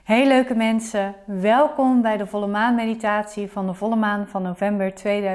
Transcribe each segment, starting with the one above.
Hey leuke mensen, welkom bij de volle maan meditatie van de volle maan van november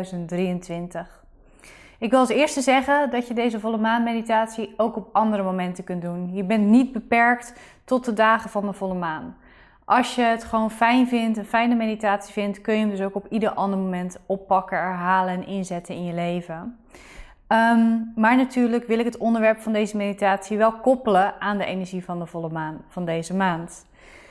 2023. Ik wil als eerste zeggen dat je deze volle maan meditatie ook op andere momenten kunt doen. Je bent niet beperkt tot de dagen van de volle maan. Als je het gewoon fijn vindt, een fijne meditatie vindt, kun je hem dus ook op ieder ander moment oppakken, herhalen en inzetten in je leven. Maar natuurlijk wil ik het onderwerp van deze meditatie wel koppelen aan de energie van de volle maan van deze maand.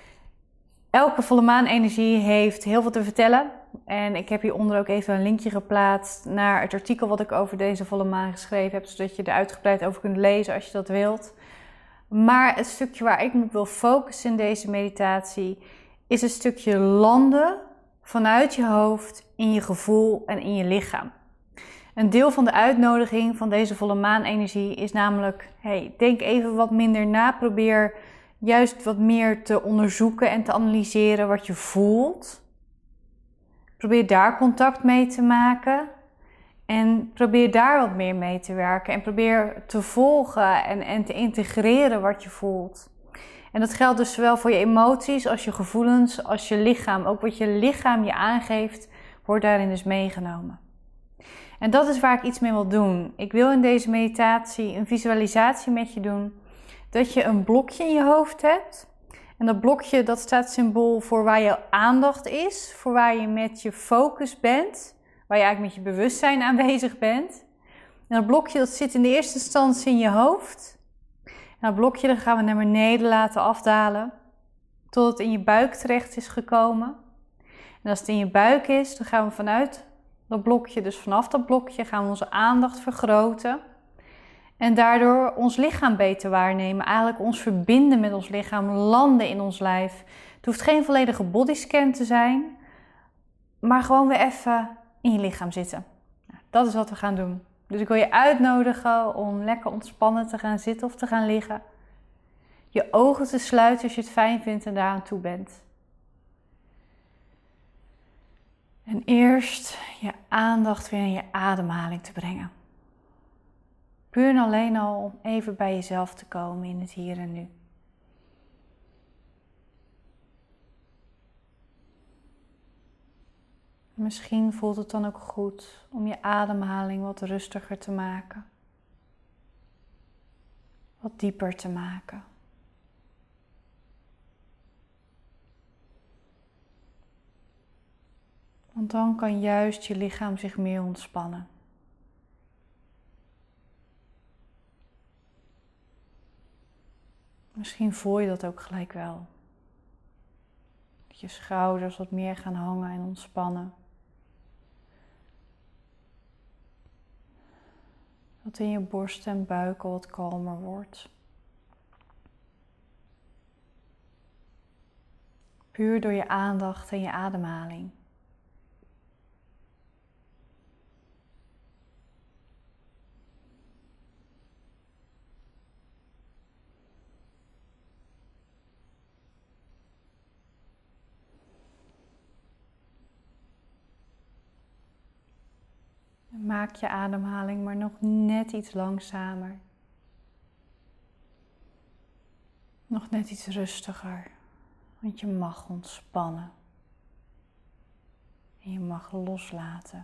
Elke volle maanenergie heeft heel veel te vertellen. En ik heb hieronder ook even een linkje geplaatst naar het artikel wat ik over deze volle maan geschreven heb. Zodat je er uitgebreid over kunt lezen als je dat wilt. Maar het stukje waar ik me op wil focussen in deze meditatie is het stukje landen vanuit je hoofd in je gevoel en in je lichaam. Een deel van de uitnodiging van deze volle maanenergie is namelijk, denk even wat minder na, probeer juist wat meer te onderzoeken en te analyseren wat je voelt. Probeer daar contact mee te maken. En probeer daar wat meer mee te werken. En probeer te volgen en te integreren wat je voelt. En dat geldt dus zowel voor je emoties als je gevoelens als je lichaam. Ook wat je lichaam je aangeeft, wordt daarin dus meegenomen. En dat is waar ik iets mee wil doen. Ik wil in deze meditatie een visualisatie met je doen. Dat je een blokje in je hoofd hebt. En dat blokje dat staat symbool voor waar je aandacht is. Voor waar je met je focus bent. Waar je eigenlijk met je bewustzijn aanwezig bent. En dat blokje dat zit in de eerste instantie in je hoofd. En dat blokje dat gaan we naar beneden laten afdalen. Tot het in je buik terecht is gekomen. En als het in je buik is, dan gaan we vanuit dat blokje, dus vanaf dat blokje, gaan we onze aandacht vergroten. En daardoor ons lichaam beter waarnemen. Eigenlijk ons verbinden met ons lichaam, landen in ons lijf. Het hoeft geen volledige bodyscan te zijn. Maar gewoon weer even in je lichaam zitten. Dat is wat we gaan doen. Dus ik wil je uitnodigen om lekker ontspannen te gaan zitten of te gaan liggen. Je ogen te sluiten als je het fijn vindt en daaraan toe bent. En eerst je aandacht weer in je ademhaling te brengen. Puur en alleen al om even bij jezelf te komen in het hier en nu. Misschien voelt het dan ook goed om je ademhaling wat rustiger te maken. Wat dieper te maken. Want dan kan juist je lichaam zich meer ontspannen. Misschien voel je dat ook gelijk wel. Dat je schouders wat meer gaan hangen en ontspannen. Dat in je borst en buik al wat kalmer wordt. Puur door je aandacht en je ademhaling. Maak je ademhaling maar nog net iets langzamer. Nog net iets rustiger. Want je mag ontspannen. En je mag loslaten.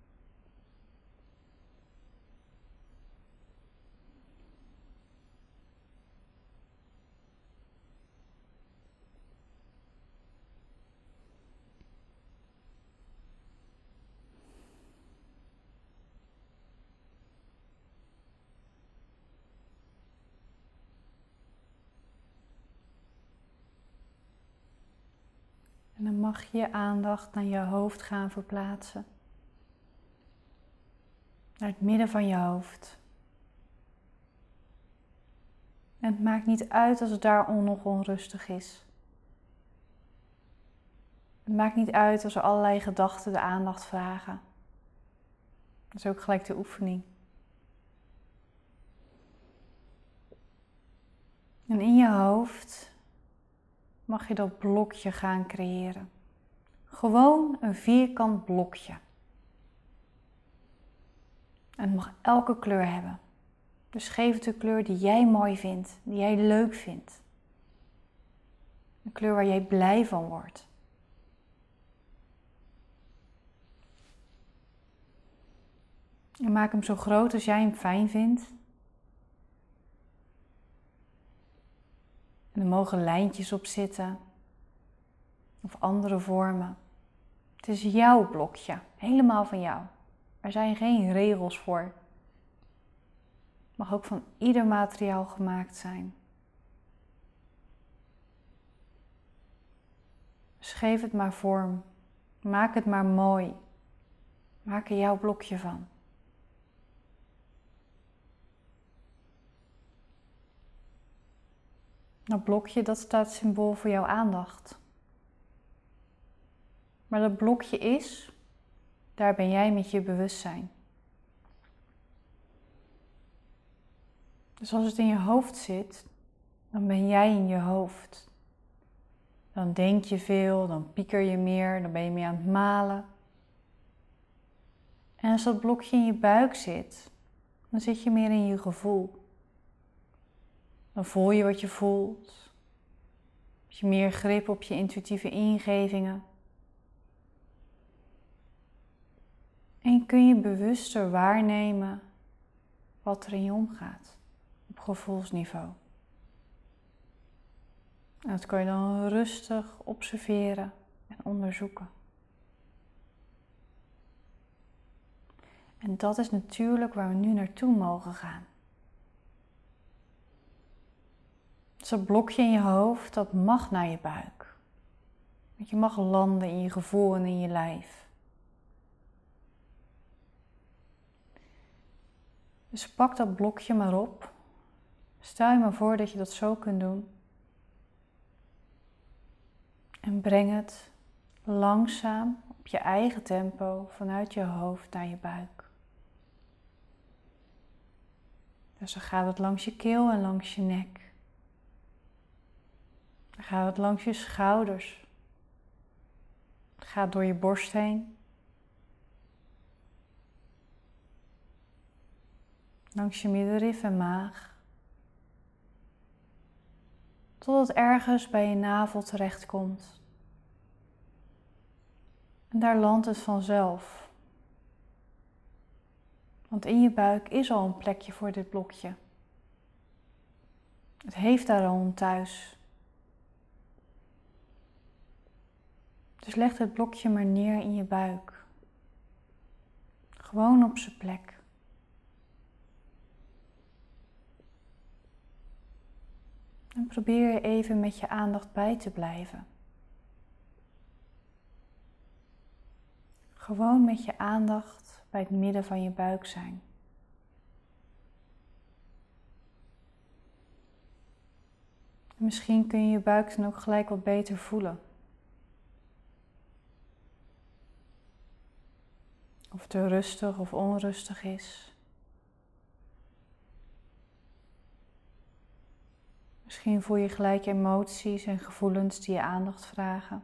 En dan mag je je aandacht naar je hoofd gaan verplaatsen. Naar het midden van je hoofd. En het maakt niet uit als het daar nog onrustig is. Het maakt niet uit als er allerlei gedachten de aandacht vragen. Dat is ook gelijk de oefening. En in je hoofd mag je dat blokje gaan creëren. Gewoon een vierkant blokje. En het mag elke kleur hebben. Dus geef het de kleur die jij mooi vindt, die jij leuk vindt. Een kleur waar jij blij van wordt. En maak hem zo groot als jij hem fijn vindt. En er mogen lijntjes op zitten. Of andere vormen. Het is jouw blokje. Helemaal van jou. Er zijn geen regels voor. Het mag ook van ieder materiaal gemaakt zijn. Dus geef het maar vorm. Maak het maar mooi. Maak er jouw blokje van. Dat blokje, dat staat symbool voor jouw aandacht. Maar dat blokje is, daar ben jij met je bewustzijn. Dus als het in je hoofd zit, dan ben jij in je hoofd. Dan denk je veel, dan pieker je meer, dan ben je meer aan het malen. En als dat blokje in je buik zit, dan zit je meer in je gevoel. Dan voel je wat je voelt. Heb je meer grip op je intuïtieve ingevingen. En kun je bewuster waarnemen wat er in je omgaat op gevoelsniveau. En dat kan je dan rustig observeren en onderzoeken. En dat is natuurlijk waar we nu naartoe mogen gaan. Dus dat blokje in je hoofd, dat mag naar je buik. Want je mag landen in je gevoel en in je lijf. Dus pak dat blokje maar op. Stel je maar voor dat je dat zo kunt doen. En breng het langzaam op je eigen tempo vanuit je hoofd naar je buik. Dus dan gaat het langs je keel en langs je nek. Dan gaat het langs je schouders. Het gaat door je borst heen. Langs je middenrif en maag. Tot het ergens bij je navel terechtkomt. En daar landt het vanzelf. Want in je buik is al een plekje voor dit blokje. Het heeft daar al een thuis. Dus leg het blokje maar neer in je buik. Gewoon op zijn plek. En probeer even met je aandacht bij te blijven. Gewoon met je aandacht bij het midden van je buik zijn. Misschien kun je je buik dan ook gelijk wat beter voelen. Of het er rustig of onrustig is. Misschien voel je gelijk emoties en gevoelens die je aandacht vragen.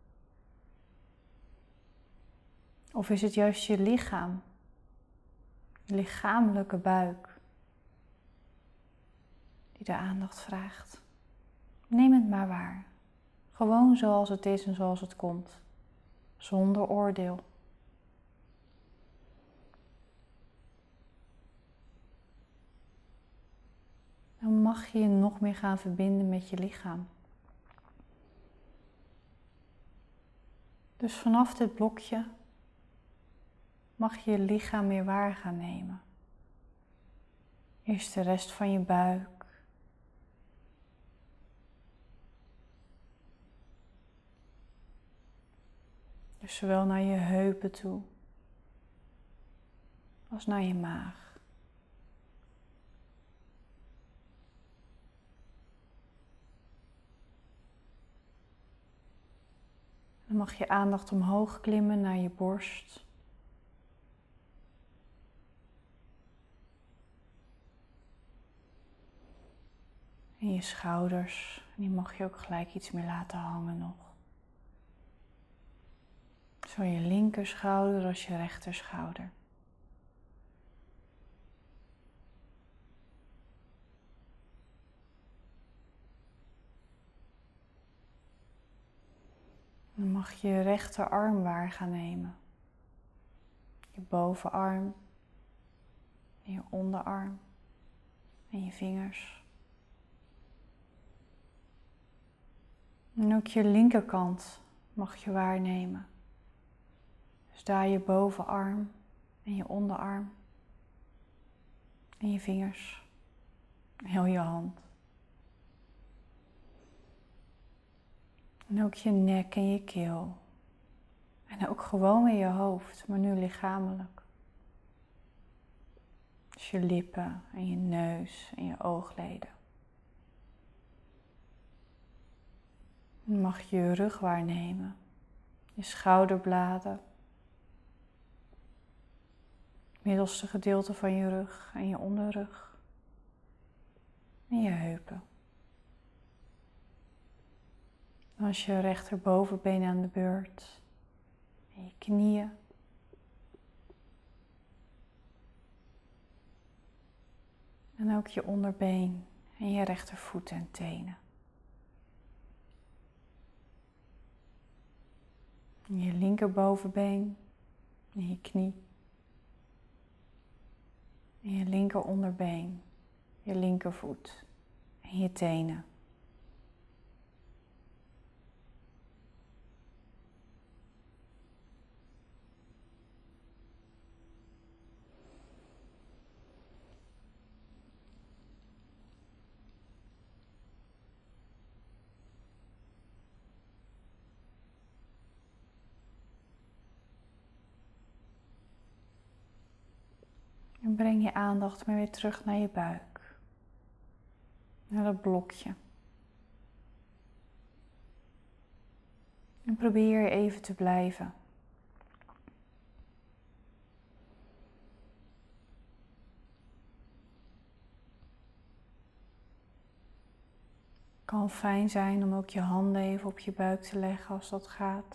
Of is het juist je lichaam, je lichamelijke buik, die de aandacht vraagt? Neem het maar waar. Gewoon zoals het is en zoals het komt. Zonder oordeel. Dan mag je je nog meer gaan verbinden met je lichaam. Dus vanaf dit blokje mag je je lichaam meer waar gaan nemen. Eerst de rest van je buik. Dus zowel naar je heupen toe als naar je maag. Dan mag je aandacht omhoog klimmen naar je borst. En je schouders. Die mag je ook gelijk iets meer laten hangen nog. Zo je linkerschouder als je rechterschouder. Dan mag je je rechterarm waar gaan nemen. Je bovenarm, en je onderarm en je vingers. En ook je linkerkant mag je waarnemen. Dus daar je bovenarm en je onderarm en je vingers, heel je hand. En ook je nek en je keel. En ook gewoon weer je hoofd, maar nu lichamelijk. Dus je lippen en je neus en je oogleden. Dan mag je je rug waarnemen, je schouderbladen, het middelste gedeelte van je rug en je onderrug en je heupen. Dan is je rechterbovenbeen aan de beurt en je knieën. En ook je onderbeen en je rechtervoet en tenen. En je linkerbovenbeen en je knie. En je linkeronderbeen, je linkervoet en je tenen. En breng je aandacht maar weer terug naar je buik. Naar dat blokje. En probeer even te blijven. Het kan fijn zijn om ook je handen even op je buik te leggen als dat gaat.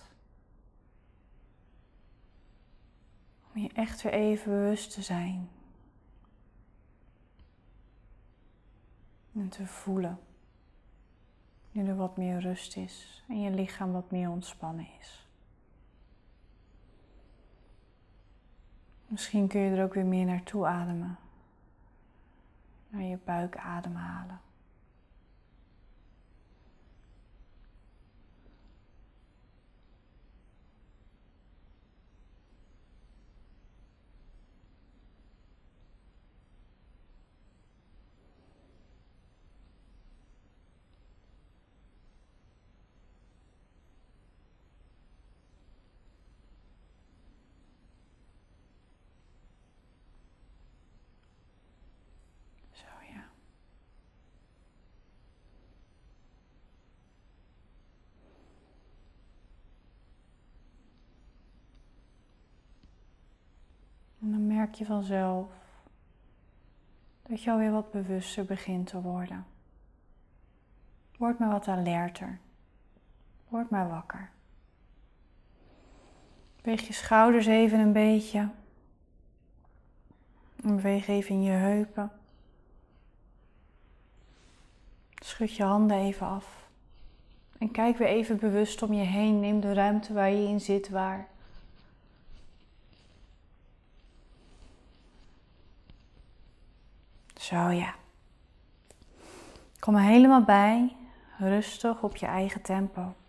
Om je echt weer even bewust te zijn. En te voelen. Nu er wat meer rust is en je lichaam wat meer ontspannen is. Misschien kun je er ook weer meer naartoe ademen. Naar je buik ademhalen. Zo ja. En dan merk je vanzelf dat je alweer wat bewuster begint te worden. Word maar wat alerter. Word maar wakker. Beweeg je schouders even een beetje. En beweeg even in je heupen. Schud je handen even af. En kijk weer even bewust om je heen. Neem de ruimte waar je in zit waar. Zo ja. Kom er helemaal bij. Rustig op je eigen tempo.